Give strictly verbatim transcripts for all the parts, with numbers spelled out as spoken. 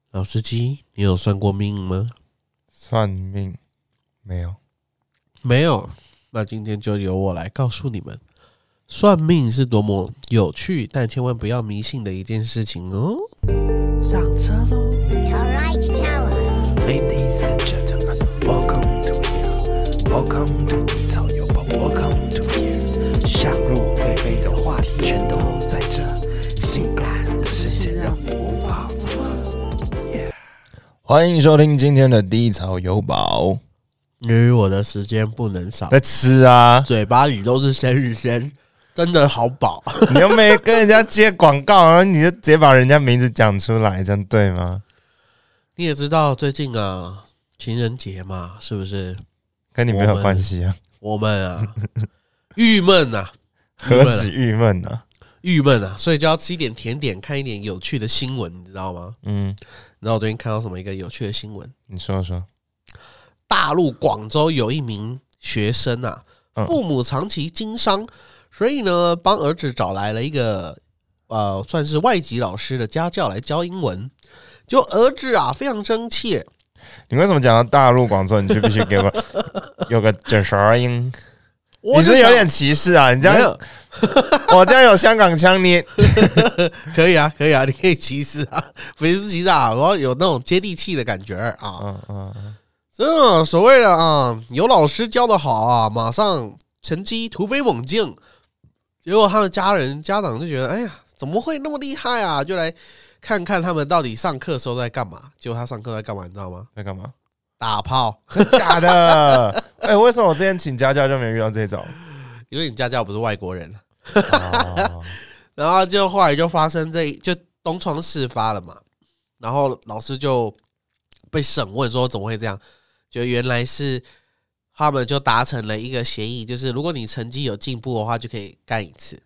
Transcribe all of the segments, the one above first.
老司机，你有算过命吗？ 算命没有， 没有。那今天就由我来告诉你们，算命是多么有趣，但千万不要迷信的一件事情哦。上车喽 Alright, tower. Ladies and gentlemen, welcome to here. Welcome to 低草有宝 Welcome to here. 想入非非的话题全都在这，性感的声线让你无法负荷。Yeah. 欢迎收听今天的低草有宝。 因为我的时间不能少， 在吃啊， 嘴巴里都是生日鲜，真的好饱。 你又没跟人家接广告，然后你就直接把人家名字讲出来，这样对吗？ 你也知道最近啊，情人节嘛，是不是？ 跟你没有关系啊。 我们啊，郁闷啊， 何止郁闷啊， 郁闷啊，所以就要吃一点甜点，看一点有趣的新闻，你知道吗？ 嗯， 你知道我最近看到什么一个有趣的新闻？ 你说说。 大陆广州有一名学生啊，父母长期经商，所以呢，帮儿子找来了一个呃，算是外籍老师的家教来教英文。就儿子啊，非常争气。 你为什么讲到大陆广州，你就必须给我有个卷舌音？你是有点歧视啊？你这样，我这样有香港腔，你可以啊，可以啊，你可以歧视啊，不是歧视啊，我要有那种接地气的感觉啊。 嗯嗯嗯。 这所谓的啊，有老师教的好啊，马上成绩突飞猛进。结果他的家人家长就觉得，哎呀，怎么会那么厉害啊？就来看看他们到底上课时候在干嘛。结果他上课在干嘛，你知道吗？ 在干嘛？ 打炮。 真假的？哎、欸，为什么我之前请家教就没遇到这种？ 因为你家教不是外国人。 哦、 然后就后来就发生这就东窗事发了嘛。然后老师就被审问说怎么会这样？就原来是他们就达成了一个协议，就是如果你成绩有进步的话，就可以干一次。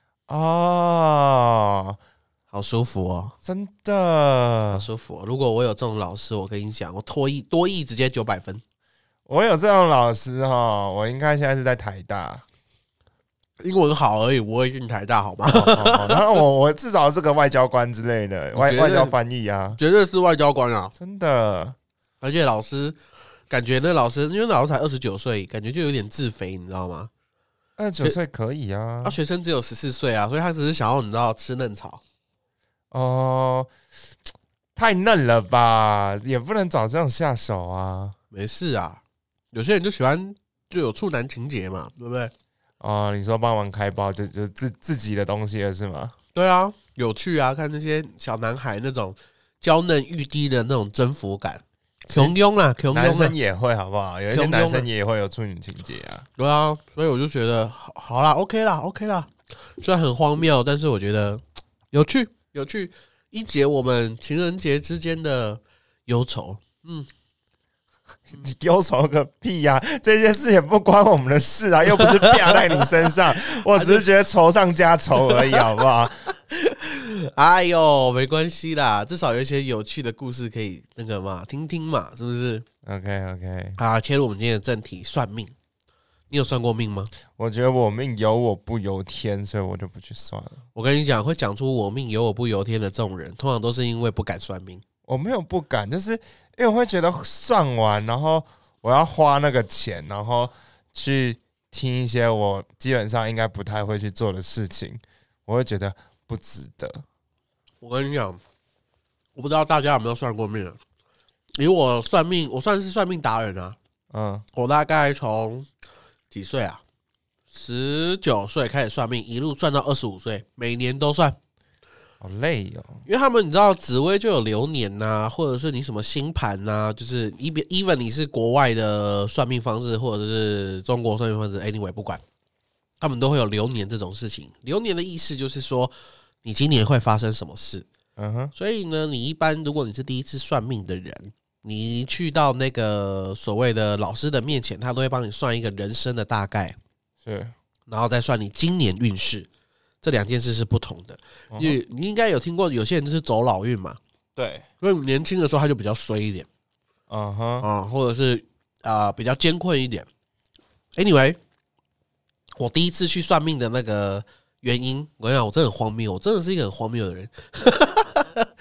哦， 好舒服哦， 真的好舒服哦。如果我有这种老师，我跟你讲，我多益多益直接九百分。 我有这种老师哈，我应该现在是在台大， 英文好而已，我会进台大好吗？ 哦哦、然后我我至少是个外交官之类的，外外交翻译啊， 绝对是外交官啊， 真的。 而且老师。感觉那老师，因为老师才二十九岁，感觉就有点自肥，你知道吗？ 二十九岁可以啊， 啊，学生只有十四岁啊，所以他只是想要你知道吃嫩草。 哦，太嫩了吧，也不能找这种下手啊。 没事啊，有些人就喜欢就有处男情节嘛，对不对？ 哦，你说帮忙开包就就自自己的东西了是吗？ 对啊，有趣啊，看那些小男孩那种娇嫩欲滴的那种征服感。穷庸啦，穷庸啦， 男生也会好不好？有一些男生也会有处女情节啊。 对啊，所以我就觉得好好啦 ，OK 啦 ，OK 啦。虽然很荒谬，但是我觉得有趣，有趣，一解我们情人节之间的忧愁。嗯， 忧愁个屁呀、啊！这件事也不关我们的事啊，又不是啪在你身上，我只是觉得愁上加愁而已，好不好？ 哎呦，没关系啦，至少有一些有趣的故事可以那个嘛，听听嘛，是不是 ？OK OK， 好，切入我们今天的正题，算命。你有算过命吗？ 我觉得我命由我不由天，所以我就不去算了。 我跟你讲，会讲出我命由我不由天的这种人，通常都是因为不敢算命。 我没有不敢，就是因为我会觉得算完，然后我要花那个钱，然后去听一些我基本上应该不太会去做的事情，我会觉得不值得。 我跟你讲，我不知道大家有没有算过命啊？以我算命，我算是算命达人啊。 嗯， 我大概从几岁啊？十九岁开始算命，一路算到二十五岁，每年都算。 好累哦。 因为他们你知道，紫微就有流年呐、啊，或者是你什么星盘呐、啊，就是 even 你是国外的算命方式，或者是中国算命方式 ，anyway 不管，他们都会有流年这种事情。流年的意思就是说。你今年会发生什么事？ 嗯哼， 所以呢，你一般如果你是第一次算命的人，你去到那个所谓的老师的面前，他都会帮你算一个人生的大概， 是， 然后再算你今年运势。这两件事是不同的， 嗯、 因为你应该有听过，有些人就是走老运嘛， 对， 所以年轻的时候他就比较衰一点， 嗯哼， 啊，或者是啊、呃、比较艰困一点。Anyway， 我第一次去算命的那个。原因，我跟你讲，我真的很荒谬，我真的是一个很荒谬的人。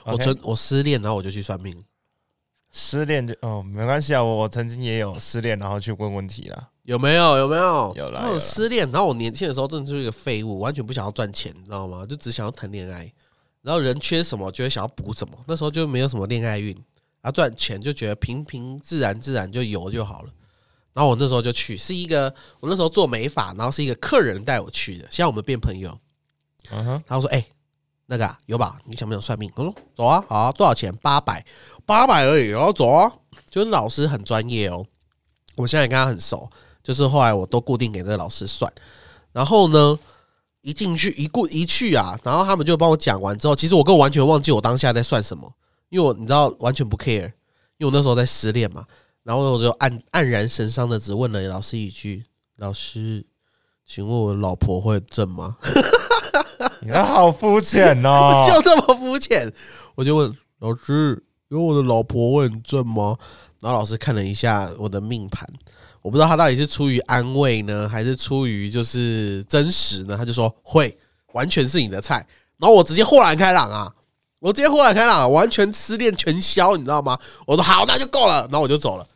我真我失恋，然后我就去算命。 失恋就哦，没关系啊，我我曾经也有失恋，然后去问问题啦。 有没有？有没有？ 有啦。 然后失恋，然后我年轻的时候真的就是一个废物，完全不想要赚钱，你知道吗？就只想要谈恋爱。然后人缺什么就会想要补什么，那时候就没有什么恋爱运，然后赚钱就觉得平平自然自然就有就好了。然后我那时候就去，是一个我那时候做美发，然后是一个客人带我去的，现在我们变朋友。 嗯哼， 他说：“哎、欸，那个、啊、有吧？你想不想算命？”我说：“走啊，好啊，多少钱？八百，八百而已，然后走啊。”就是老师很专业哦，我现在也跟他很熟，就是后来我都固定给这个老师算。然后呢，一进去一过一去啊，然后他们就帮我讲完之后，其实我根本完全忘记我当下在算什么，因为我你知道完全不 care， 因为我那时候在失恋嘛。然后我就黯黯然神伤的只问了老师一句：“老师，请问我老婆会正吗？” 你好肤浅哦， 就这么肤浅。我就问老师：“有我的老婆会很正吗？”然后老师看了一下我的命盘，我不知道他到底是出于安慰呢，还是出于就是真实呢？他就说会，完全是你的菜。然后我直接豁然开朗啊！我直接豁然开朗、啊，完全失恋全消，你知道吗？我说好，那就够了，然后我就走了。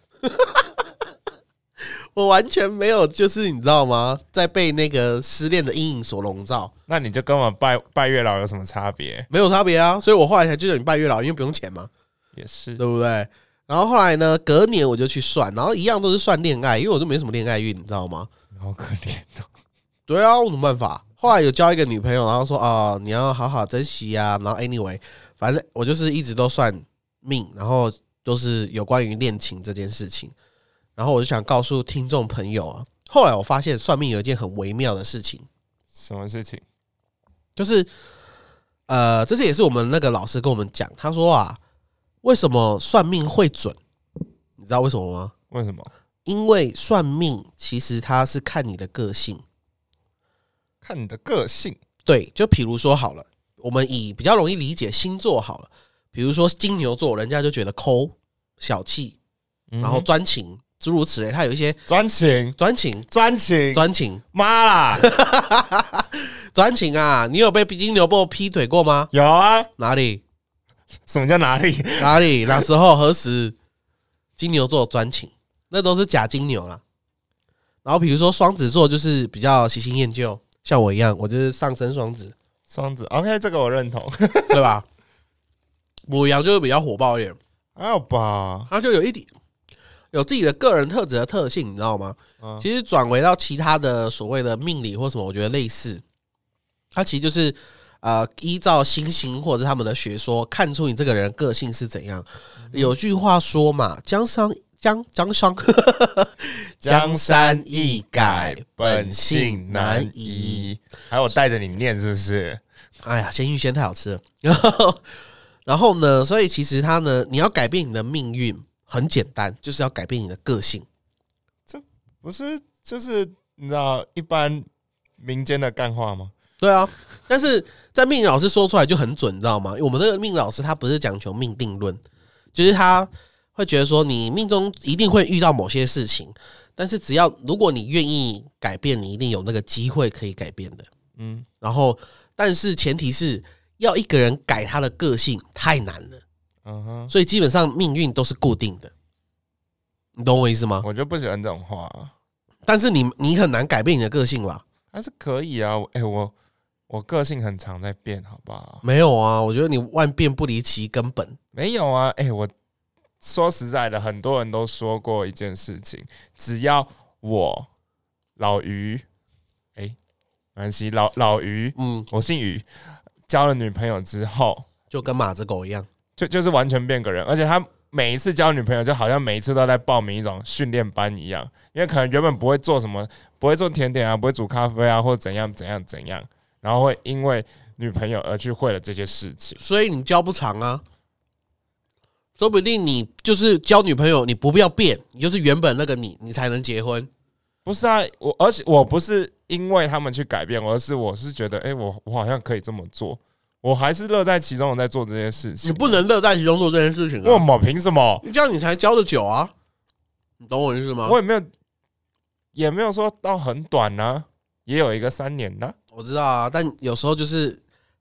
我完全没有，就是你知道吗？在被那个失恋的阴影所笼罩。 那你就跟我拜拜月老有什么差别？ 没有差别啊，所以我后来才就叫你拜月老，因为不用钱嘛， 也是， 对不对？然后后来呢，隔年我就去算，然后一样都是算恋爱，因为我就没什么恋爱运，你知道吗？ 好可怜哦。 对啊，我怎么办法？后来有交一个女朋友，然后说啊、呃，你要好好珍惜啊。然后 anyway， 反正我就是一直都算命，然后都是有关于恋情这件事情。然后我就想告诉听众朋友啊，后来我发现算命有一件很微妙的事情。 什么事情？ 就是呃，这次也是我们那个老师跟我们讲，他说啊，为什么算命会准？你知道为什么吗？ 为什么？ 因为算命其实它是看你的个性， 看你的个性。 对，就比如说好了，我们以比较容易理解星座好了，比如说金牛座，人家就觉得抠、小气，然后专情。诸如此类，他有一些专情、 专情、 专情、 专情， 妈啦， 专情啊！你有被金牛座劈腿过吗？ 有啊， 哪里？ 什么叫哪里？ 哪里？哪时候？何时？金牛座专情，那都是假金牛啦。然后比如说双子座就是比较喜新厌旧，像我一样，我就是上升双子。 双子 ，OK， 这个我认同， 对吧？牡羊就是比较火爆一点， 还有吧， 他就有一点。有自己的个人特质的特性，你知道吗？嗯、其实转为到其他的所谓的命理或什么，我觉得类似。它其实就是呃，依照星星或者是他们的学说，看出你这个人个性是怎样。嗯、有句话说嘛，江山江江山江山易改，本性难移。还有带着你念是不是？ 哎呀，鲜芋仙太好吃了。然后，然后呢？所以其实它呢，你要改变你的命运。很简单，就是要改变你的个性。 这不是就是你知道一般民间的干话吗？ 对啊，但是在命理老师说出来就很准，你知道吗？因为我们那个命理老师他不是讲求命定论，就是他会觉得说你命中一定会遇到某些事情，但是只要如果你愿意改变，你一定有那个机会可以改变的。嗯，然后但是前提是要一个人改他的个性太难了。嗯哼，所以基本上命运都是固定的，你懂我意思吗？ 我就不喜欢这种话、啊， 但是你你很难改变你的个性吧？ 还是可以啊，哎、欸，我我个性很常在变，好不好？ 没有啊，我觉得你万变不离其根本。 没有啊，哎、欸，我说实在的，很多人都说过一件事情，只要我老于，哎、欸，没关系，老老于，嗯，我姓于，交了女朋友之后， 就跟马子狗一样。 就就是完全变个人，而且他每一次交女朋友，就好像每一次都在报名一种训练班一样，因为可能原本不会做什么，不会做甜点啊，不会煮咖啡啊，或怎样怎样怎样，然后会因为女朋友而去会了这些事情。 所以你交不长啊，说不定你就是交女朋友，你不要变，你就是原本那个你，你才能结婚。 不是啊，我而且我不是因为他们去改变，而是我是觉得，哎、欸，我我好像可以这么做。我还是乐在其中，在做这些事情。 你不能乐在其中做这件事情啊！ 为什么？凭什么？ 这样你才交得久啊！你懂我意思吗？ 我也没有，也没有说到很短啊，也有一个三年的、啊。 我知道啊，但有时候就是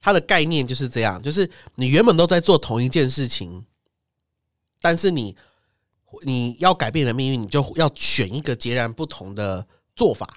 它的概念就是这样，就是你原本都在做同一件事情，但是你你要改变的命运，你就要选一个截然不同的做法。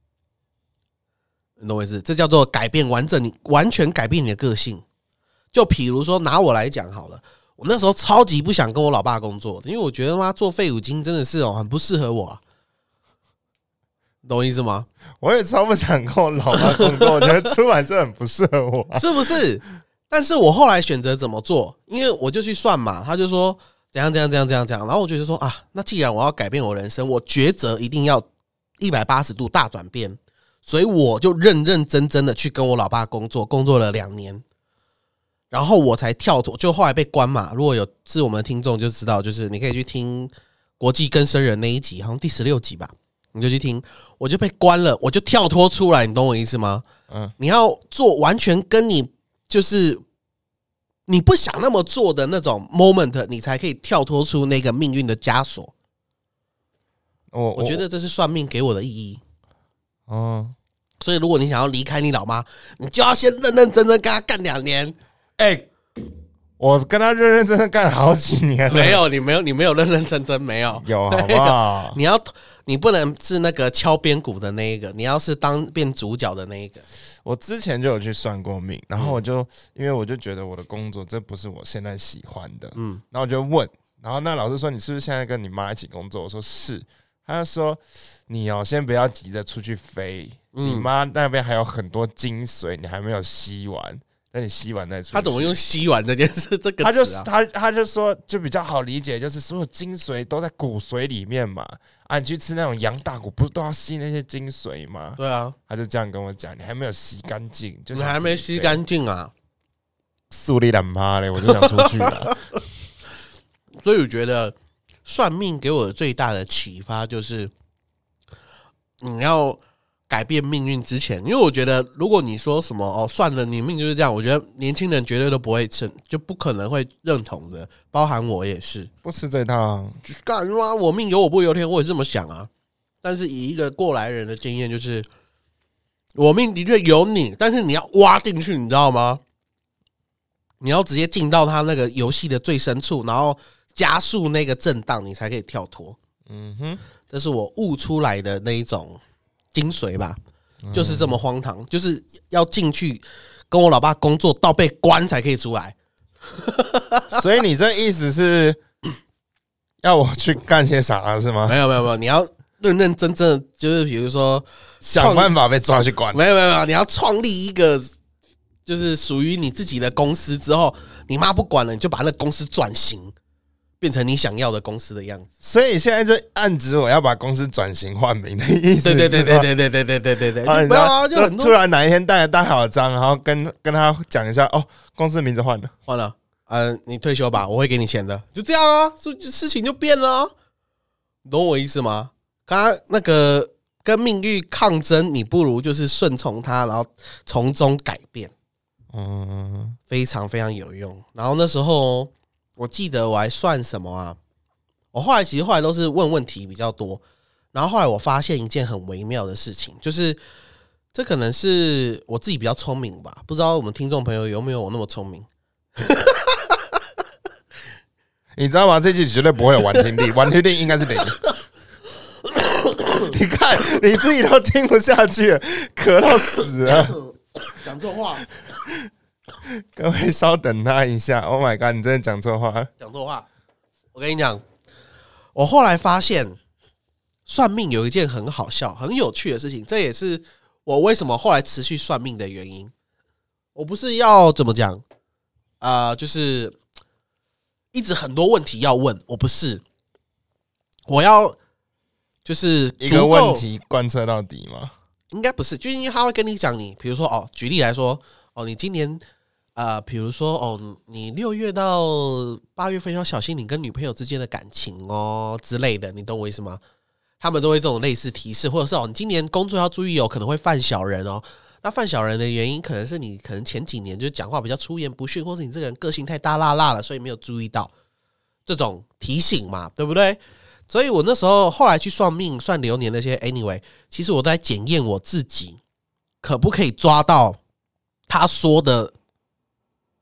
你懂我意思？这叫做改变完整你，完全改变你的个性。就比如说拿我来讲好了，我那时候超级不想跟我老爸工作，因为我觉得妈做废五金真的是哦很不适合我、啊，懂我意思吗？ 我也超不想跟我老爸工作，我觉得出版社很不适合我、啊， 是不是？但是我后来选择怎么做，因为我就去算嘛，他就说怎样怎样怎样怎样怎样，然后我就说啊，那既然我要改变我人生，我抉择一定要一百八十度大转变。所以我就认认真真的去跟我老爸工作，工作了两年，然后我才跳脱，就后来被关嘛。如果有是我们的听众就知道，就是你可以去听国际更生人那一集，好像第十六集吧，你就去听。我就被关了，我就跳脱出来，你懂我意思吗？嗯，你要做完全跟你就是你不想那么做的那种 moment， 你才可以跳脱出那个命运的枷锁。我我觉得这是算命给我的意义。哦，所以如果你想要离开你老妈，你就要先认认真真跟她干两年。 哎、欸，我跟她认认真真干了好几年了。 没有，你没有，你没有认认真真，没有， 有好不好？ 你要，你不能是那个敲边鼓的那一个，你要是当变主角的那一个。 我之前就有去算过命，然后我就、嗯、因为我就觉得我的工作这不是我现在喜欢的，嗯，然后我就问，然后那老师说你是不是现在跟你妈一起工作？我说是。他就说：“你哦，先不要急着出去飞，嗯、你妈那边还有很多精髓，你还没有吸完，等你吸完再出去。” 他怎么用吸完这件事这个词、啊？ 他就他他就说，就比较好理解，就是所有精髓都在骨髓里面嘛。啊，你去吃那种羊大骨，不是都要吸那些精髓吗？ 对啊， 他就这样跟我讲，你还没有吸干净， 你还没吸干净啊， 素里懒趴嘞，我就想出去了。 所以我觉得。算命给我的最大的启发就是，你要改变命运之前，因为我觉得，如果你说什么哦，算了，你命就是这样，我觉得年轻人绝对都不会成，就不可能会认同的，包含我也是， 不吃这套。 干嘛？我命由我不由天，我也这么想啊。但是以一个过来人的经验，就是我命的确有你，但是你要挖进去，你知道吗？你要直接进到他那个游戏的最深处，然后。加速那个震荡，你才可以跳脱。嗯哼，这是我悟出来的那一种精髓吧，嗯、就是这么荒唐，就是要进去跟我老爸工作到被关才可以出来。 所以你这意思是要我去干些啥是吗？ 没有没有没有，你要认认真真的，就是比如说想办法被抓去关。 没有没有没有，你要创立一个就是属于你自己的公司之后，你妈不管了，你就把那公司转型。变成你想要的公司的样子， 所以现在就暗指我要把公司转型换名的意思。 对对对对对对对对对对对， 你知道，就突然哪一天带着大好章，然后跟跟他讲一下，哦，公司名字换了， 换了，呃，你退休吧，我会给你钱的，就这样啊，事情就变了、啊，你懂我意思吗？刚刚那个跟命运抗争，你不如就是顺从它，然后从中改变，嗯，非常非常有用。然后那时候。我记得我还算什么啊？我后来其实后来都是问问题比较多，然后后来我发现一件很微妙的事情，就是这可能是我自己比较聪明吧，不知道我们听众朋友有没有我那么聪明？ 你知道吗？这集绝对不会有完听力，完听力应该是零。你看你自己都听不下去了，咳到死了， 讲错话。 各位稍等他一下 ，Oh my god！ 你真的讲错话， 讲错话。我跟你讲，我后来发现算命有一件很好笑、很有趣的事情，这也是我为什么后来持续算命的原因。我不是要怎么讲，呃，就是一直很多问题要问，我不是，我要就是一个问题贯彻到底吗？ 应该不是，就因为他会跟你讲，你比如说哦，举例来说，哦，你今年。呃，比如说哦，你六月到八月份要小心你跟女朋友之间的感情哦之类的，你懂我意思吗？他们都会这种类似提示，或者是哦，你今年工作要注意哦，可能会犯小人哦。那犯小人的原因，可能是你可能前几年就讲话比较出言不逊，或是你这个人个性太大辣辣了，所以没有注意到这种提醒嘛，对不对？所以我那时候后来去算命、算流年那些 ，anyway， 其实我在检验我自己可不可以抓到他说的。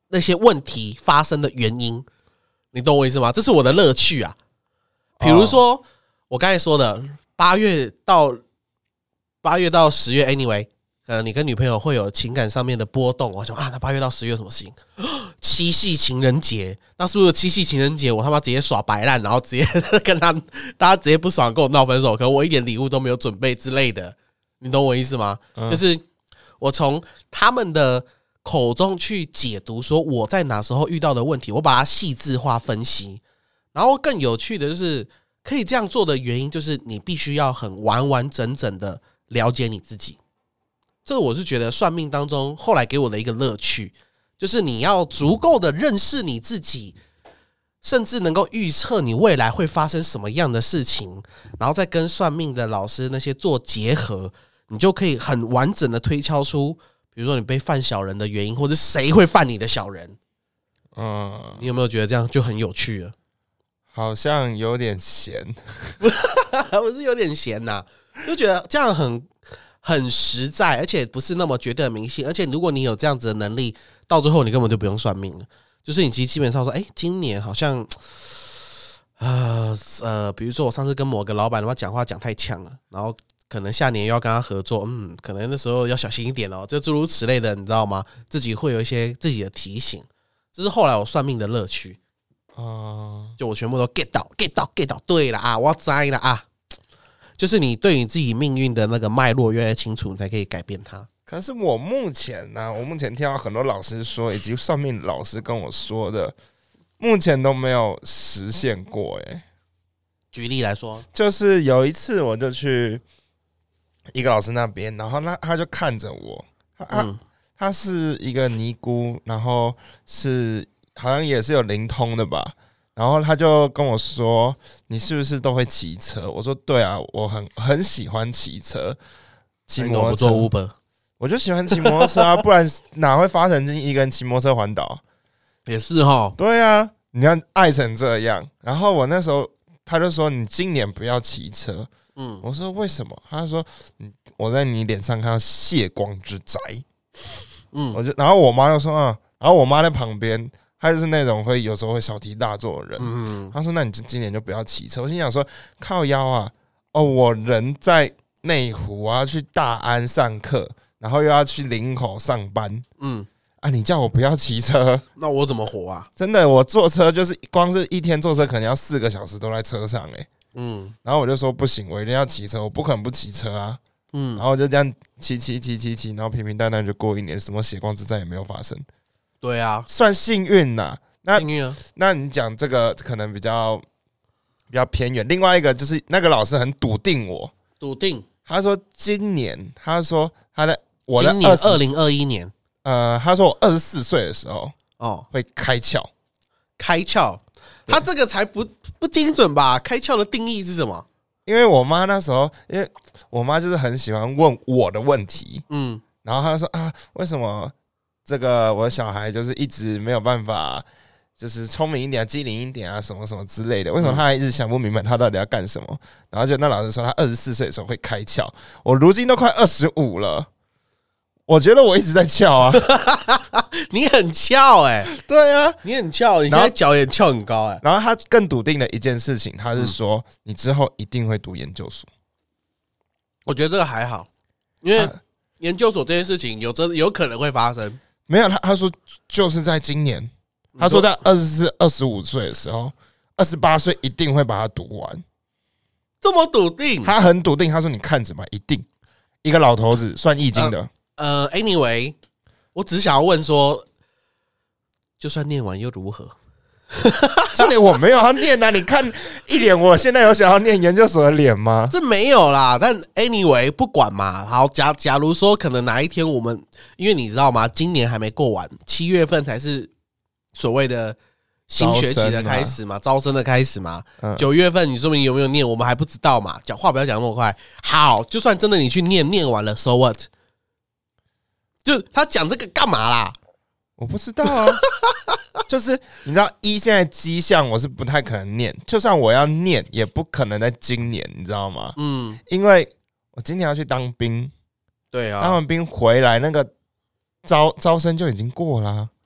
那些问题发生的原因，你懂我意思吗？这是我的乐趣啊。比如说、哦、我刚才说的八月到八月到十月 ，anyway， 呃，你跟女朋友会有情感上面的波动，我想啊，那八月到十月有什么事情？七夕情人节，那是不是七夕情人节我他妈直接耍白烂，然后直接跟他大家直接不爽跟我闹分手，可能我一点礼物都没有准备之类的，你懂我意思吗？嗯、就是我从他们的口中去解读说我在哪时候遇到的问题，我把它细致化分析，然后更有趣的就是可以这样做的原因，就是你必须要很完完整整的了解你自己。这我是觉得算命当中后来给我的一个乐趣，就是你要足够的认识你自己，甚至能够预测你未来会发生什么样的事情，然后再跟算命的老师那些做结合，你就可以很完整的推敲出，比如说你被犯小人的原因，或者谁会犯你的小人。嗯，你有没有觉得这样就很有趣了？ 好像有点闲， 我是有点闲呐、啊，就觉得这样很很实在，而且不是那么绝对的迷信。而且如果你有这样子的能力，到最后你根本就不用算命了。就是你其实基本上说，哎、欸，今年好像，呃呃，比如说我上次跟某个老板的话讲话讲太呛了，然后可能下年又要跟他合作，嗯，可能那时候要小心一点哦，就诸如此类的，你知道吗？自己会有一些自己的提醒，这是后来我算命的乐趣。哦，就我全部都 get 到 get 到 get 到，对了啊，我知了啊，就是你对你自己命运的那个脉络越来越清楚，你才可以改变它。 可是我目前呢、啊，我目前听到很多老师说，以及算命老师跟我说的，目前都没有实现过。哎， 举例来说， 就是有一次我就去一个老师那边，然后他他就看着我，他、嗯、他是一个尼姑，然后是。好像也是有灵通的吧，然后他就跟我说：“你是不是都会骑车？”我说：“对啊，我很很喜欢骑车，骑摩托车。 我不做 Uber， 我就喜欢骑摩托车啊，不然哪会发神经一个人骑摩托车环岛？ 也是齁。 对啊，你看爱成这样。然后我那时候他就说：‘你今年不要骑车。’嗯，我说为什么？他说：‘我在你脸上看到血光之灾。’嗯，我就然后我妈就说：‘啊。’然后我妈在旁边。”他就是那种会有时候会小题大做的人。嗯，他说：“那你就今年就不要骑车。”我心想说：“靠腰啊！哦，我人在内湖，我要去大安上课，然后又要去林口上班。嗯，啊，你叫我不要骑车， 那我怎么活啊？ 真的，我坐车就是光是一天坐车，可能要四个小时都在车上哎、欸。嗯，然后我就说不行，我一定要骑车，我不可能不骑车啊。嗯，然后我就这样骑骑骑骑骑，然后平平淡淡就过一年，什么血光之灾也没有发生。” 对啊， 算幸运呐。那幸运啊， 那你讲这个可能比较比较偏远。另外一个就是那个老师很笃定我， 笃定他说今年，他说他的我的今年二零二一年， 呃，他说我二十四岁的时候哦会开窍， 开窍，他这个才不不精准吧？开窍的定义是什么？ 因为我妈那时候，因为我妈就是很喜欢问我的问题，嗯，然后她就说啊，为什么？这个我的小孩就是一直没有办法，就是聪明一点、机灵一点啊，什么什么之类的。为什么他还一直想不明白他到底要干什么？然后就那老师说他二十四岁的时候会开窍，我如今都快二十五了，我觉得我一直在翘啊。 你很翘哎、欸， 对啊， 你很翘，你现在脚也翘很高哎、欸。 然后他更笃定的一件事情，他是说、嗯、你之后一定会读研究所。 我觉得这个还好，因为研究所这件事情有真有可能会发生。 没有，他他说就是在今年，他说在二十四、二十五岁的时候，二十八岁一定会把它读完， 这么笃定？ 他很笃定，他说你看着吧，一定。一个老头子算易经的， 呃, 呃 ，anyway， 我只是想要问说，就算念完又如何？ 这里我没有要念啊！你看一脸，我现在有想要念研究所的脸吗？ 这没有啦，但 anyway 不管嘛。好，假假如说可能哪一天我们，因为你知道吗？今年还没过完，七月份才是所谓的新学期的开始嘛，招生的开始嘛。九、嗯、月份你说明有没有念，我们还不知道嘛。讲话不要讲那么快。好，就算真的你去念，念完了 ，so what？ 就他讲这个干嘛啦？ 我不知道啊。就是你知道，一现在迹象我是不太可能念，就算我要念，也不可能在今年，你知道吗？嗯，因为我今年要去当兵， 对啊， 当完兵回来，那个招招生就已经过了、啊，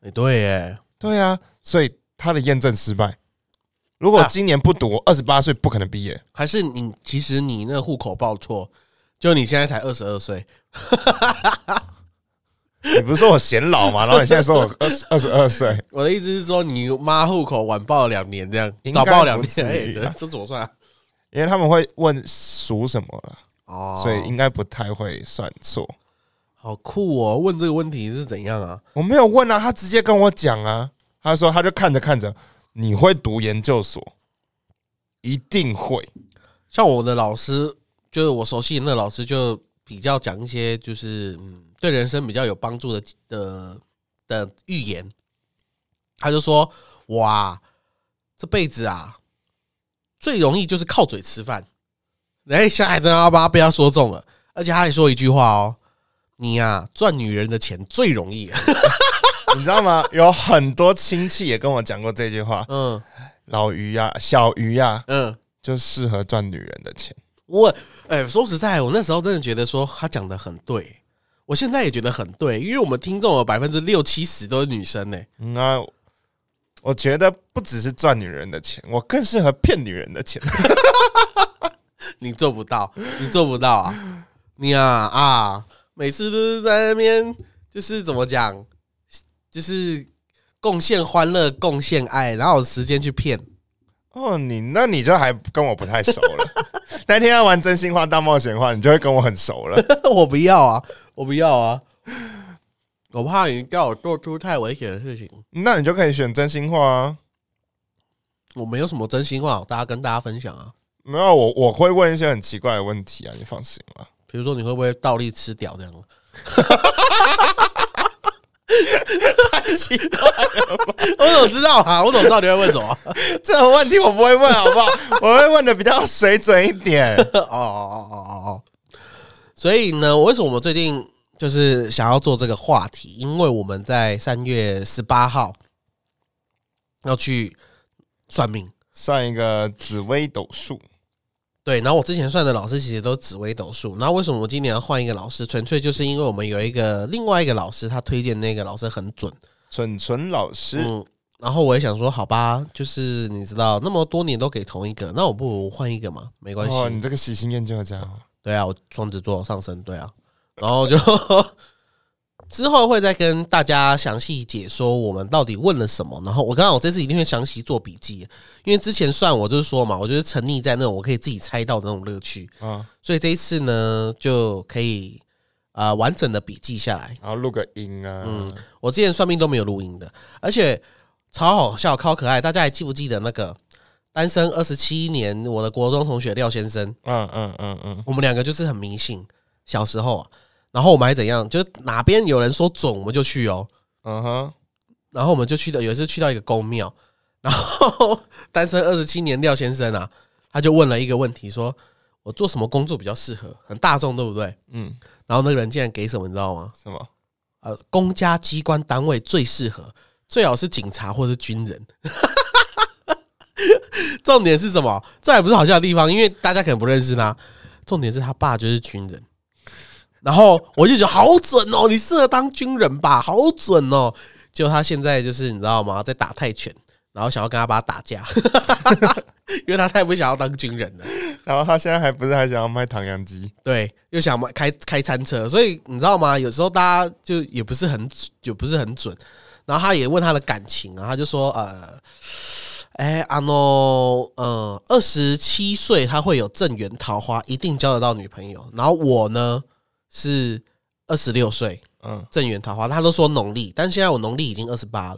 哎、欸，对耶， 对啊，所以他的验证失败。如果今年不读，二十八岁不可能毕业。 还是你其实你那个户口报错，就你现在才二十二岁。 你不是说我显老吗？然后你现在说我二二十二岁。 我的意思是说，你妈户口晚报两年，这样应该早报两不至年， 于啊哎、这这怎么算啊？ 因为他们会问属什么了， 哦， 所以应该不太会算错。 好酷哦！问这个问题是怎样啊？ 我没有问啊，他直接跟我讲啊，他说他就看着看着，你会读研究所，一定会。 像我的老师，就是我熟悉的那个老师，就比较讲一些就是嗯，对人生比较有帮助的的的预言。他就说：哇，这辈子啊，最容易就是靠嘴吃饭。哎，下海真要把他被他说中了，而且他还说一句话哦：你呀、啊，赚女人的钱最容易。 你知道吗？有很多亲戚也跟我讲过这句话。 嗯， 老于呀、啊，小于呀、啊， 嗯， 就适合赚女人的钱。 我哎、欸，说实在，我那时候真的觉得说他讲的很对，我现在也觉得很对，因为我们听众有百分之六七十都是女生呢、欸。 嗯啊，我觉得不只是赚女人的钱，我更适合骗女人的钱。 你做不到，你做不到啊！你啊啊，每次都是在那边，就是怎么讲，就是贡献欢乐，贡献爱，然后有时间去骗。 哦，你那你就还跟我不太熟了。那天要玩真心话大冒险的话，你就会跟我很熟了。 我不要啊，我不要啊，我怕你叫我做出太危险的事情。 那你就可以选真心话啊。 我没有什么真心话，大家跟大家分享啊。 没有，我我会问一些很奇怪的问题啊，你放心吧。 比如说，你会不会倒立吃屌这样？ 太奇怪了吧！ 我怎么知道啊？我怎么知道你会问什么？ 这种问题我不会问，好不好？我会问的比较水准一点。 哦哦哦哦哦哦！所以呢，为什么我们最近就是想要做这个话题？因为我们在三月十八号要去算命， 算一个紫微斗数。 对，然后我之前算的老师其实都紫微斗数，然后为什么我今年要换一个老师？纯粹就是因为我们有一个另外一个老师，他推荐那个老师很准， 蠢蠢老师。 嗯，然后我也想说，好吧，就是你知道那么多年都给同一个，那我不如换一个嘛，没关系。 哦，你这个喜新厌旧的家伙。 对啊，我双子座上升，对啊，然后就之后会再跟大家详细解说我们到底问了什么。然后我刚刚我这次一定会详细做笔记，因为之前算我就是说嘛，我就是沉溺在那种我可以自己猜到的那种乐趣， 嗯， 所以这一次呢就可以呃完整的笔记下来。 然后录个音啊。 嗯，我之前算命都没有录音的，而且超好笑、超可爱。大家还记不记得那个单身二十七年我的国中同学廖先生？ 嗯嗯嗯嗯， 我们两个就是很迷信，小时候啊，然后我们还怎样？就是哪边有人说准，我们就去哦。 嗯哼， 然后我们就去的，有一次去到一个宫庙，然后单身二十七年廖先生啊，他就问了一个问题，说我做什么工作比较适合？很大众，对不对？ 嗯， 然后那个人竟然给什么，你知道吗？ 什么？ 呃，公家机关单位最适合，最好是警察或是军人。重点是什么？这还不是好笑的地方，因为大家可能不认识他。重点是他爸就是军人，然后我就觉得好准哦，你适合当军人吧，好准哦。结果他现在就是你知道吗，在打泰拳，然后想要跟他爸打架，因为他太不想要当军人了。 然后他现在还不是还想要卖唐扬鸡？ 对，又想卖开开餐车，所以你知道吗？有时候大家就也不是很也不是很准。然后他也问他的感情啊，他就说呃。哎，啊喏，嗯，二十七岁他会有正缘桃花，一定交得到女朋友。然后我呢是二十六岁，嗯，正缘桃花，他都说农历，但现在我农历已经二十八了。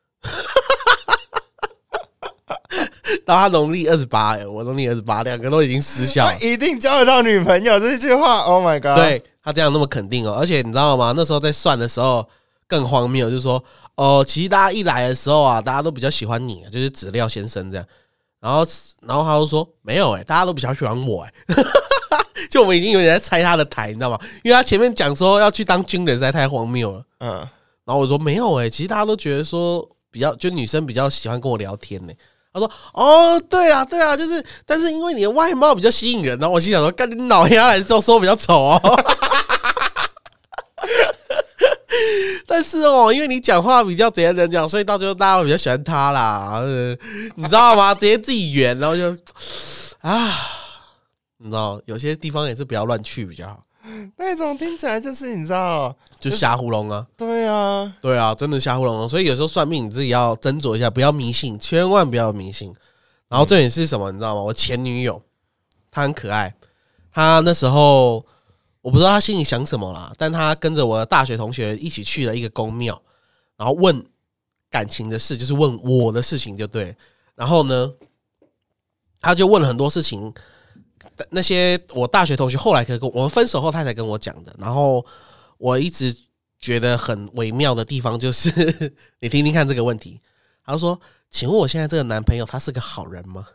然后他农历二十八，哎，我农历二十八，两个都已经失效了。 他一定交得到女朋友这句话 ，Oh my god！ 对他这样那么肯定哦，而且你知道吗？那时候在算的时候更荒谬，就是说。哦，其实大家一来的时候啊，大家都比较喜欢你，就是指廖先生这样。然后，然后他就说没有哎、欸，大家都比较喜欢我哎、欸。就我们已经有点在拆他的台，你知道吗？因为他前面讲说要去当军人，实在太荒谬了。嗯，然后我说没有哎、欸，其实大家都觉得说比较，就女生比较喜欢跟我聊天呢、欸。他说哦，对啊，对啊，就是，但是因为你的外貌比较吸引人，然后我心想说，干你老丫来之后说我比较丑哦。但但是哦，因为你讲话比较直接人讲，所以到最后大家会比较喜欢他啦，呃、你知道吗？直接自己圆，然后就啊，你知道，有些地方也是不要乱去比较好。 那种听起来就是你知道， 就瞎糊弄啊。 对啊， 对啊，真的瞎糊弄。所以有时候算命你自己要斟酌一下，不要迷信，千万不要迷信。然后这也是什么，你知道吗？我前女友她很可爱，她那时候我不知道她心里想什么啦，但她跟着我的大学同学一起去了一个宫庙，然后问感情的事，就是问我的事情就对。然后呢，她就问了很多事情。那些我大学同学后来跟我们分手后，他才跟我讲的。然后我一直觉得很微妙的地方就是，你听听看这个问题。他就说：“请问我现在这个男朋友他是个好人吗？”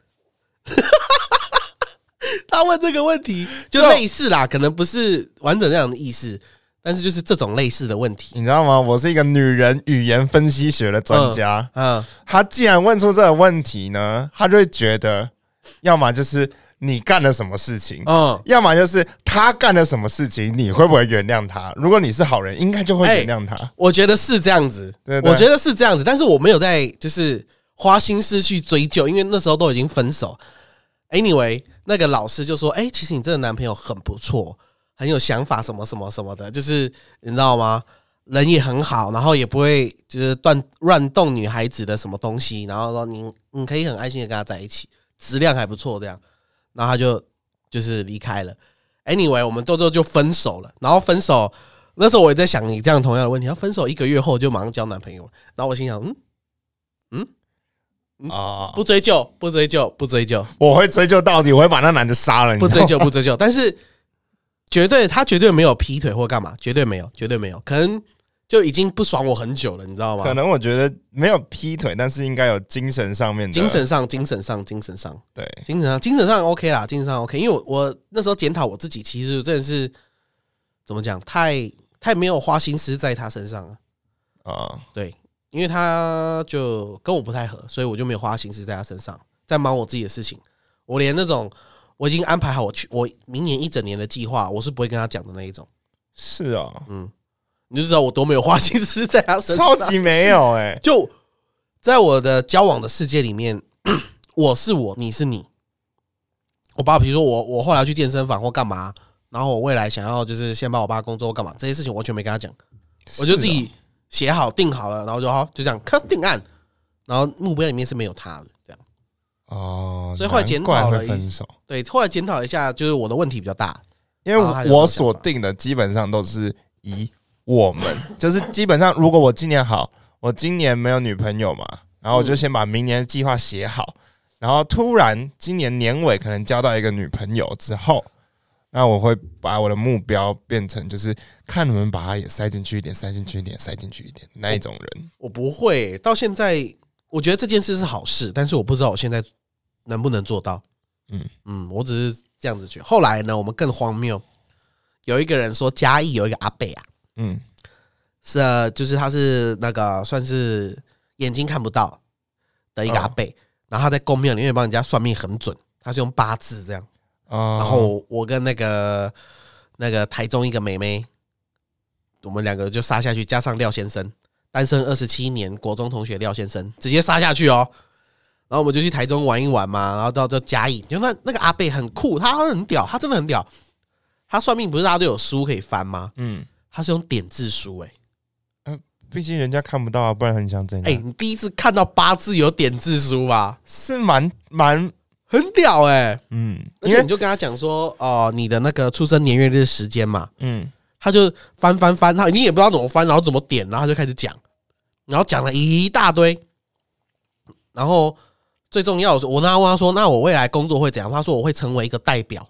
他问这个问题就类似啦，可能不是完整这样的意思，但是就是这种类似的问题， 你知道吗？我是一个女人语言分析学的专家。嗯， 嗯他既然问出这个问题呢，他就会觉得，要么就是你干了什么事情， 嗯， 要么就是他干了什么事情，你会不会原谅他？如果你是好人，应该就会原谅他。欸、 我觉得是这样子， 对对对， 我觉得是这样子，但是我没有在就是花心思去追究，因为那时候都已经分手。Anyway， 那个老师就说：“哎、欸，其实你这个男朋友很不错，很有想法，什么什么什么的，就是你知道吗？人也很好，然后也不会就是乱乱动女孩子的什么东西，然后说你你可以很安心的跟他在一起，质量还不错这样。”然后他就就是离开了。Anyway， 我们到最后就分手了。然后分手那时候我也在想你这样同样的问题，他分手一个月后就马上交男朋友了。然后我心想，嗯嗯嗯啊，不追究，不追究，不追究， 我会追究到底，我会把那男的杀了。 不追究，不追究。但是绝对他绝对没有劈腿或干嘛，绝对没有，绝对没有。可能就已经不爽我很久了，你知道吗？ 可能我觉得没有劈腿，但是应该有精神上面的， 精神上，精神上，精神上， 对， 精神上，精神上 OK 啦，精神上 OK。因为我我那时候检讨我自己，其实真的是怎么讲，太太没有花心思在他身上了啊。对，因为他就跟我不太合，所以我就没有花心思在他身上，在忙我自己的事情。我连那种我已经安排好我去我明年一整年的计划，我是不会跟他讲的那一种。 是啊， 嗯。你就知道我多没有花心思在他身上， 超级没有哎、欸！ 就在我的交往的世界里面，我是我，你是你。我爸，比如说我，我后来要去健身房或干嘛，然后我未来想要就是先帮我爸工作或干嘛，这些事情我完全没跟他讲，我就自己写好定好了，然后就好就这样看定案，然后目标里面是没有他的这样。 哦， 所以后来检讨了一下， 对，后来检讨一下，就是我的问题比较大， 因为我所定的基本上都是以。我们就是基本上，如果我今年好，我今年没有女朋友嘛，然后我就先把明年的计划写好，然后突然今年年尾可能交到一个女朋友之后，那我会把我的目标变成就是看能不能把她也塞进去一点，塞进去一点，塞进去一点那一种人。 我不会，到现在我觉得这件事是好事，但是我不知道我现在能不能做到。嗯嗯，我只是这样子觉得。后来呢，我们更荒谬，有一个人说嘉义有一个阿伯啊。嗯，是、啊，就是他是那个算是眼睛看不到的一个阿伯，哦、然后他在宫庙里面帮人家算命很准，他是用八字这样。哦、然后我跟那个那个台中一个妹妹，我们两个就杀下去，加上廖先生，单身二十七年国中同学廖先生，直接杀下去哦。然后我们就去台中玩一玩嘛，然后到到嘉义，就那那个阿伯很酷，他很屌，他真的很屌。他算命不是大家都有书可以翻吗？嗯。他是用点字书哎、 欸，毕竟人家看不到啊，不然很想怎样？ 哎、欸，你第一次看到八字有点字书吧？ 是蛮蛮很屌哎、欸， 嗯， 而且你就跟他讲说，哦、呃，你的那个出生年月日时间嘛，嗯，他就翻翻翻，他你也不知道怎么翻，然后怎么点，然后他就开始讲，然后讲了一大堆，然后最重要的是，我那问他说，那我未来工作会怎样？他说我会成为一个代表。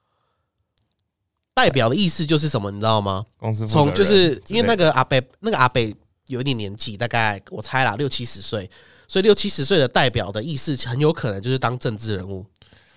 代表的意思就是什么，你知道吗？ 公司从就是因为那个阿伯，那个阿伯有一点年纪，大概我猜啦，六七十岁，所以六七十岁的代表的意思很有可能就是当政治人物，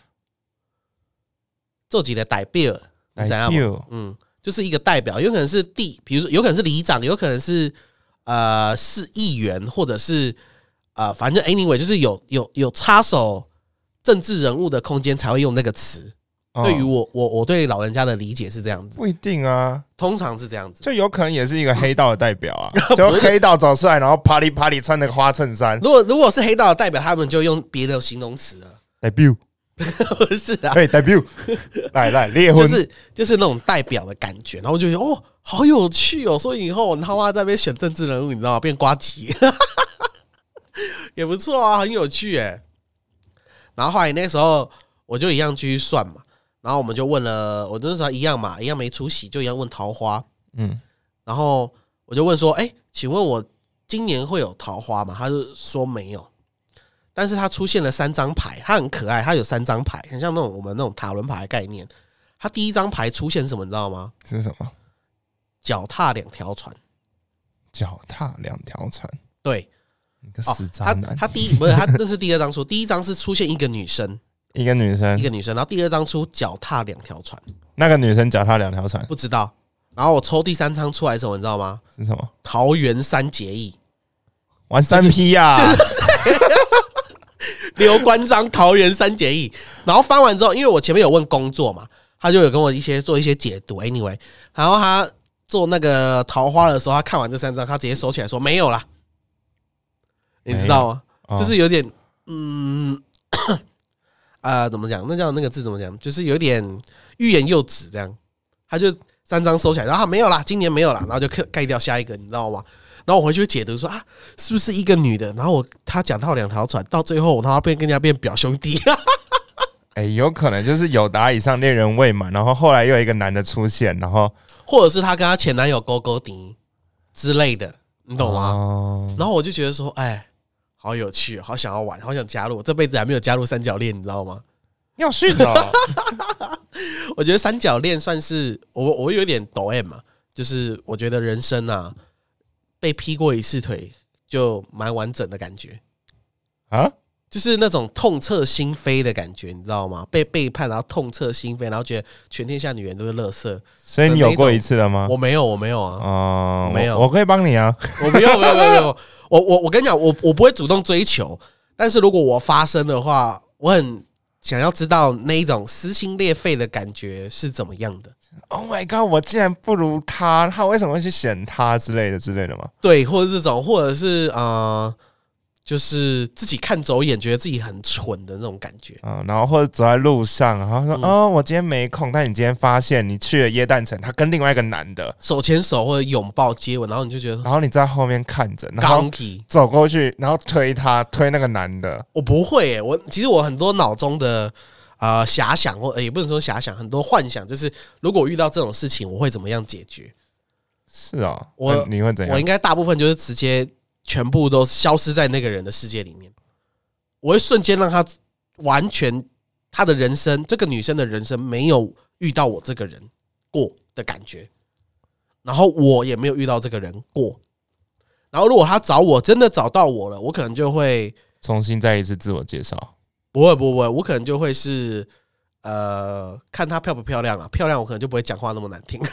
做几个代表，你知道吗？嗯，就是一个代表，有可能是地，比如说有可能是里长，有可能是呃是议员，或者是呃反正 anyway 就是有有有插手政治人物的空间才会用那个词。 哦对于我我我对老人家的理解是这样子， 不一定啊， 通常是这样子， 就有可能也是一个黑道的代表啊，就黑道走出来，然后啪里啪里穿那个花衬衫如果如果是黑道的代表，他们就用别的形容词了， ，debut， 不是啊， 对 debut， 来来烈就婚， 是就是那种代表的感觉，然后我就觉得哦，好有趣哦，所以以后我他妈在那边选政治人物，你知道吗？变呱吉也不错啊，很有趣哎。然后后来那时候我就一样继续算嘛，然后我们就问了，我那时候一样嘛，一样没出席，就一样问桃花， 嗯， 然后我就问说，哎、欸，请问我今年会有桃花吗？他就说没有，但是他出现了三张牌，他很可爱，他有三张牌，很像那种我们那种塔伦牌的概念。他第一张牌出现是什么，你知道吗？ 是什么？ 脚踏两条船。 脚踏两条船。 对， 你个死渣男。 他他第一不是他，那是第二张出，第一张是出现一个女生， 一个女生， 一个女生，然后第二张出脚踏两条船。 那个女生脚踏两条船， 不知道。然后我抽第三张出来的时候，你知道吗？ 是什么？ 桃园三结义， 玩三 P 呀！ 刘关张桃园三结义。然后翻完之后，因为我前面有问工作嘛，他就有跟我一些做一些解读。Anyway， 然后他做那个桃花的时候，他看完这三张，他直接收起来说没有啦。你知道吗？ 哦、 就是有点嗯，呃，怎么讲？那叫那个字怎么讲？就是有点欲言又止这样。他就三张收起来，然后他没有啦，今年没有啦，然后就盖掉下一个，你知道吗？然后我回去解读说啊，是不是一个女的？然后我他讲到两条船，到最后我他妈变跟人家变表兄弟。 哎、欸，有可能就是有达以上恋人未满，然后后来又有一个男的出现，然后或者是他跟他前男友勾勾搭之类的，你懂吗？ 哦、 然后我就觉得说，哎，好有趣，好想要玩，好想加入，我这辈子还没有加入三角恋，你知道吗？ 要训哦。 我觉得三角恋算是我我有点抖 M 嘛，就是我觉得人生啊，被劈过一次腿就蛮完整的感觉啊， 就是那种痛彻心扉的感觉，你知道吗？被背叛，然后痛彻心扉，然后觉得全天下女人都是垃圾。 所以你有过一次了吗？ 我没有，我没有啊。 哦、 我没有， 我可以帮你啊。 我没有，没有，没有，没有。我我我跟你讲，我我不会主动追求，但是如果我发生的话，我很想要知道那一种撕心裂肺的感觉是怎么样的。 Oh my god！ 我竟然不如他，他为什么会去选他之类的之类的吗？ 对，或者这种，或者是呃，就是自己看走眼，觉得自己很蠢的那种感觉啊、嗯。然后或者走在路上，然后说：“嗯、哦，我今天没空。”但你今天发现你去了耶诞城，他跟另外一个男的手牵手或者拥抱接吻，然后你就觉得， 然后你在后面看着，然后走过去，然后推他，推那个男的。 我不会耶、欸，我其实我很多脑中的。呃，遐想或也不能说遐想，很多幻想，就是如果遇到这种事情，我会怎么样解决？ 是啊、哦， 我你会怎样？ 我应该大部分就是直接全部都消失在那个人的世界里面，我会瞬间让他完全他的人生，这个女生的人生没有遇到我这个人过的感觉，然后我也没有遇到这个人过，然后如果他找我真的找到我了，我可能就会重新再一次自我介绍。 不会不会，我可能就会是呃，看她漂不漂亮啊，漂亮我可能就不会讲话那么难听。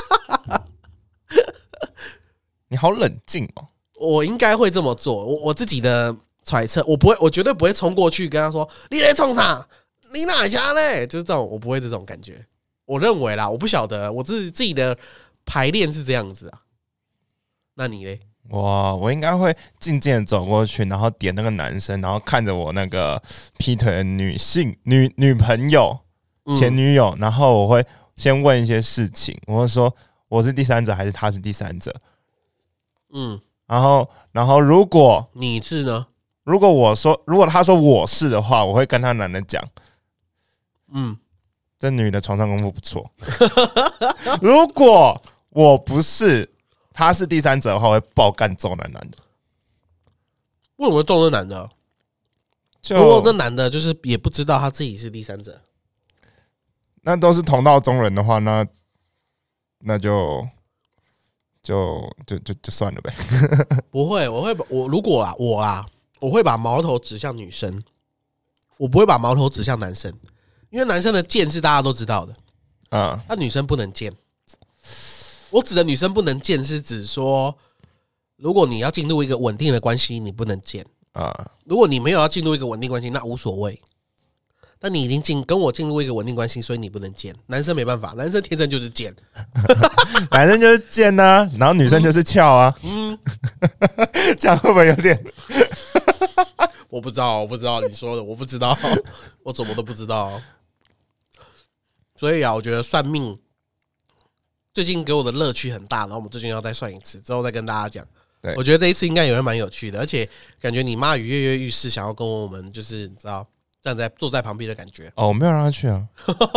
你好冷静哦， 我应该会这么做，我我自己的揣测，我不会，我绝对不会冲过去跟她说你在冲啥，你哪家嘞？就是这种，我不会这种感觉。我认为啦，我不晓得，我自己自己的排练是这样子啊。那你嘞？ 哇，我应该会静静的走过去，然后点那个男生，然后看着我那个劈腿的女性女女朋友、前女友，然后我会先问一些事情，我会说我是第三者还是他是第三者？嗯，然后然后如果你是呢？ 如果我说如果他说我是的话，我会跟他男的讲，嗯，这女的床上功夫不错。如果我不是。他是第三者的话，我会爆干揍那男的。 为什么会揍那男的？ 就如果那男的就是也不知道他自己是第三者， 那都是同道中人的话，那那就就就就就算了呗。 不会，我会把我如果啊我啊，我会把矛头指向女生，我不会把矛头指向男生，因为男生的贱是大家都知道的，嗯，那女生不能贱。我指的女生不能贱，是指说，如果你要进入一个稳定的关系，你不能贱啊。如果你没有要进入一个稳定关系，那无所谓。 但你已经进跟我进入一个稳定关系，所以你不能贱。男生没办法，男生天生就是贱， 男生就是贱啊，然后女生就是翘啊。嗯，这样会不会有点？ 我不知道，我不知道你说的，我不知道，我怎么都不知道。所以啊，我觉得算命最近给我的乐趣很大，然后我们最近要再算一次，之后再跟大家讲。 对， 我觉得这一次应该也会蛮有趣的，而且感觉你妈也跃跃欲试，想要跟我们就是你知道站在坐在旁边的感觉。 哦，我没有让他去啊。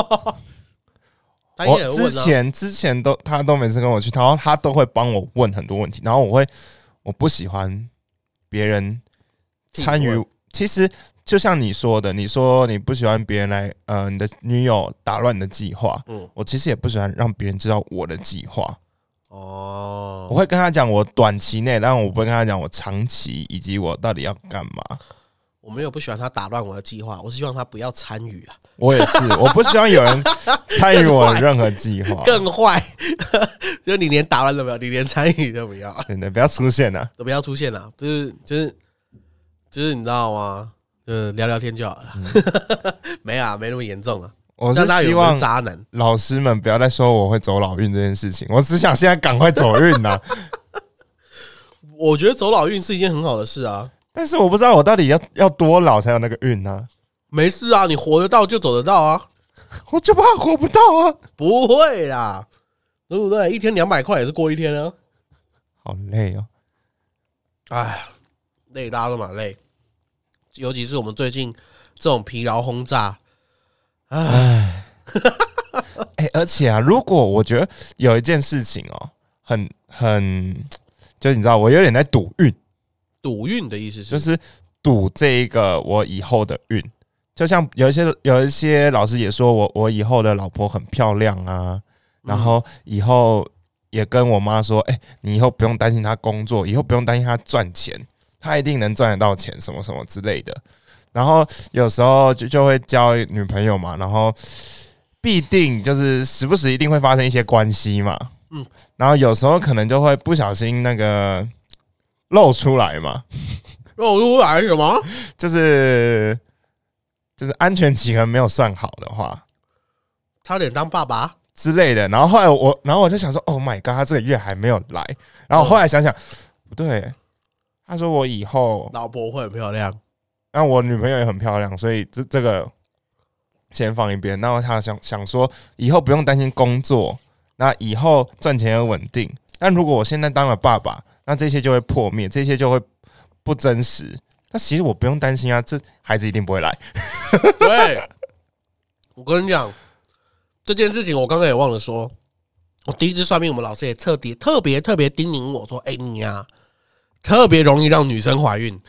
他也有问啊， 我之前之前都他都每次跟我去，然后他都会帮我问很多问题，然后我会我不喜欢别人参与。其实就像你说的，你说你不喜欢别人来呃你的女友打乱你的计划，嗯，我其实也不喜欢让别人知道我的计划。哦，我会跟他讲我短期内，但我不会跟他讲我长期以及我到底要干嘛。 我没有不喜欢他打乱我的计划，我是希望他不要参与啊。 我也是，我不希望有人参与我的任何计划。 更坏，就你连打乱都不要，你连参与都不要， 真的不要出现啊， 都不要出现啊，就是就是就是你知道吗？就是聊聊天就好了，嗯、没啊，没那么严重啊。 我是希望渣男老师们不要再说我会走老运这件事情，我只想现在赶快走运啊。 我觉得走老运是一件很好的事啊， 但是我不知道我到底要要多老才有那个运呢、啊？ 没事啊，你活得到就走得到啊。 我就怕活不到啊。 不会啦，对不对？一天两百块也是过一天啊。 好累哦， 哎，累，大家都蛮累，尤其是我们最近这种疲劳轰炸。哎， 哎，而且啊，如果我觉得有一件事情哦，很很，就是你知道，我有点在赌运。 赌运的意思是， 就是赌这一个我以后的运。就像有一些有一些老师也说我我以后的老婆很漂亮啊，然后以后也跟我妈说，哎、欸，你以后不用担心她工作，以后不用担心她赚钱，她一定能赚得到钱，什么什么之类的。然后有时候就就会交女朋友嘛，然后必定就是时不时一定会发生一些关系嘛，嗯，然后有时候可能就会不小心那个露出来嘛， 露出来什么？ 就是就是安全期可能没有算好的话， 差点当爸爸之类的。然后后来我，然后我就想说 ，Oh my god， 他这个月还没有来。然后后来想想，不对，他说我以后老婆会很漂亮。 那我女朋友也很漂亮，所以这这个先放一边。然后他想想说，以后不用担心工作，那以后赚钱也稳定。但如果我现在当了爸爸，那这些就会破灭，这些就会不真实。那其实我不用担心啊，这孩子一定不会来。 对，我跟你讲这件事情，我刚刚也忘了说。我第一次算命，我们老师也特别特别特别叮咛我说：“哎、欸，你呀、啊，特别容易让女生怀孕。”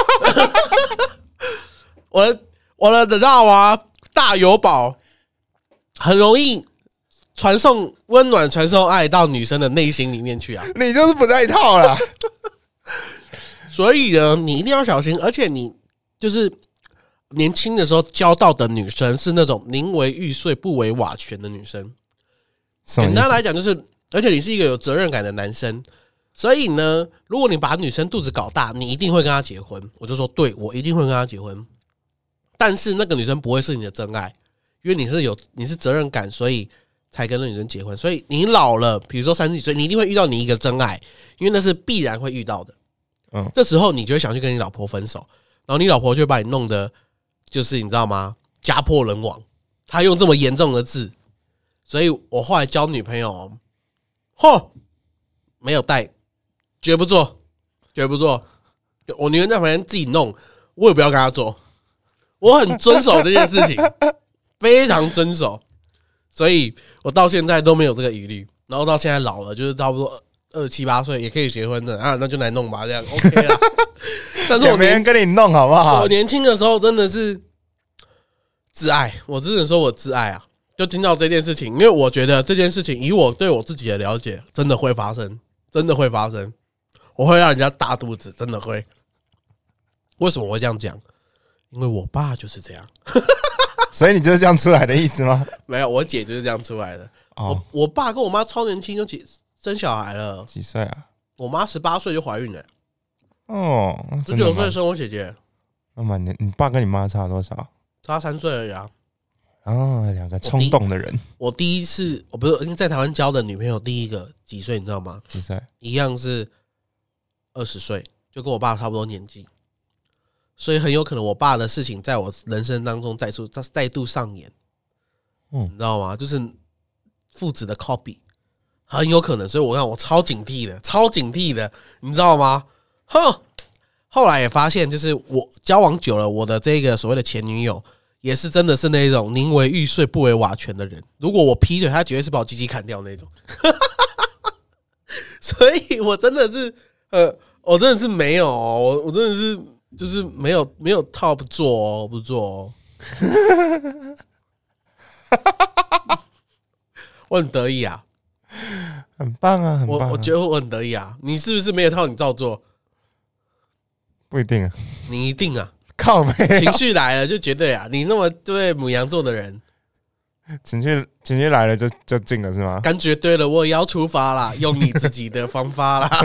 我的我的，你知道吗？大有宝很容易传送温暖、传送爱到女生的内心里面去啊！ 你就是不在一套啦。 所以呢，你一定要小心，而且你就是年轻的时候交到的女生是那种宁为玉碎不为瓦全的女生。简单来讲就是，而且你是一个有责任感的男生。所以呢，如果你把女生肚子搞大，你一定会跟她结婚。我就说，对，我一定会跟她结婚。但是那个女生不会是你的真爱，因为你是有你是责任感，所以才跟那女生结婚。所以你老了，比如说三十几岁，你一定会遇到你一个真爱，因为那是必然会遇到的。嗯，这时候你就会想去跟你老婆分手，然后你老婆就会把你弄得就是你知道吗？家破人亡。她用这么严重的字，所以我后来交女朋友，嚯，没有带。绝不做，绝不做。我宁愿在旁边自己弄，我也不要跟他做。我很遵守这件事情，非常遵守，所以我到现在都没有这个疑虑。然后到现在老了，就是差不多二十七八岁也可以结婚的啊，那就来弄吧，这样 OK 啦。但是我没人跟你弄好不好？ 我年轻的时候真的是自爱，我只能说我自爱啊。就听到这件事情，因为我觉得这件事情以我对我自己的了解，真的会发生，真的会发生。我会让人家大肚子，真的会。为什么我会这样讲？因为我爸就是这样。 所以你就是这样出来的意思吗？ 没有，我姐就是这样出来的。哦、我我爸跟我妈超年轻就生小孩了。 几岁啊？ 我妈十八岁就怀孕了。 哦， 十九岁生我姐姐。 那蛮年，你爸跟你妈差多少？ 差三岁而已啊。 哦，两个冲动的人， 我第一次，我不是在台湾交的女朋友，第一个几岁你知道吗？ 几岁？ 一样是二十岁，就跟我爸差不多年纪，所以很有可能我爸的事情在我人生当中再度再度上演。嗯，你知道吗？就是父子的 copy， 很有可能，所以我看我超警惕的，超警惕的，你知道吗？哼，后来也发现，就是我交往久了，我的这个所谓的前女友。也是真的是那种宁为玉碎不为瓦全的人。如果我劈腿，他绝对是把我鸡鸡砍掉那种。所以我真的是，呃，我真的是没有、哦，我我真的是就是没有没有套不做哦，不做哦。我很得意啊， 很棒啊，很棒、啊。 我我觉得我很得意啊。你是不是没有套你照做？ 不一定啊， 你一定啊。 靠北， 情绪来了就绝对啊！你那么对牡羊座的人， 情绪情绪来了就就进了是吗？ 感觉对了，我也要出发啦，用你自己的方法啦。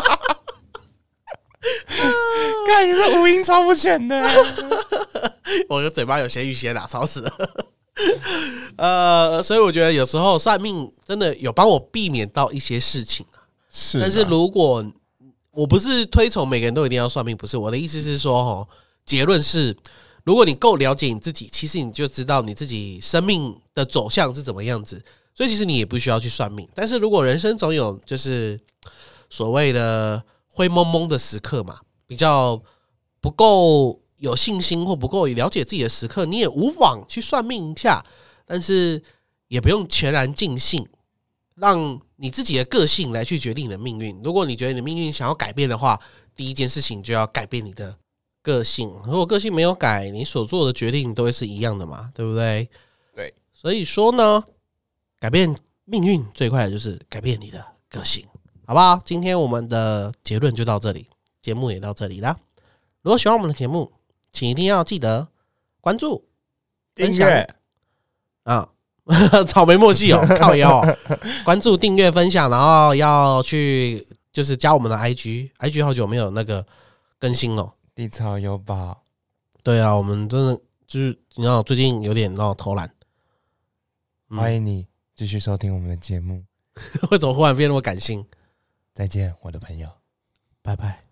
看你这五音超不全的， 我的嘴巴有咸鱼血打，吵死了。呃，所以我觉得有时候算命真的有帮我避免到一些事情啊。 是， 但是如果我不是推崇每个人都一定要算命，不是我的意思是说，哈。结论是，如果你够了解你自己，其实你就知道你自己生命的走向是怎么样子，所以其实你也不需要去算命。但是如果人生总有就是所谓的灰蒙蒙的时刻嘛，比较不够有信心或不够了解自己的时刻，你也无妨去算命一下，但是也不用全然尽兴，让你自己的个性来去决定你的命运。如果你觉得你的命运想要改变的话，第一件事情就要改变你的个性。如果个性没有改，你所做的决定都会是一样的嘛，对不对？ 对，所以说呢，改变命运最快的就是改变你的个性，好不好？今天我们的结论就到这里，节目也到这里啦。如果喜欢我们的节目，请一定要记得关注、 订阅啊，草莓默契哦，靠腰哦，关注、订阅、分享，然后要去就是加我们的 I G，I G 好久没有那个更新了。 地草有宝， 对啊，我们真的就是你知道最近有点让我偷懒、 嗯、欢迎你继续收听我们的节目。 为什么忽然变那么感性？ 再见，我的朋友， 拜拜。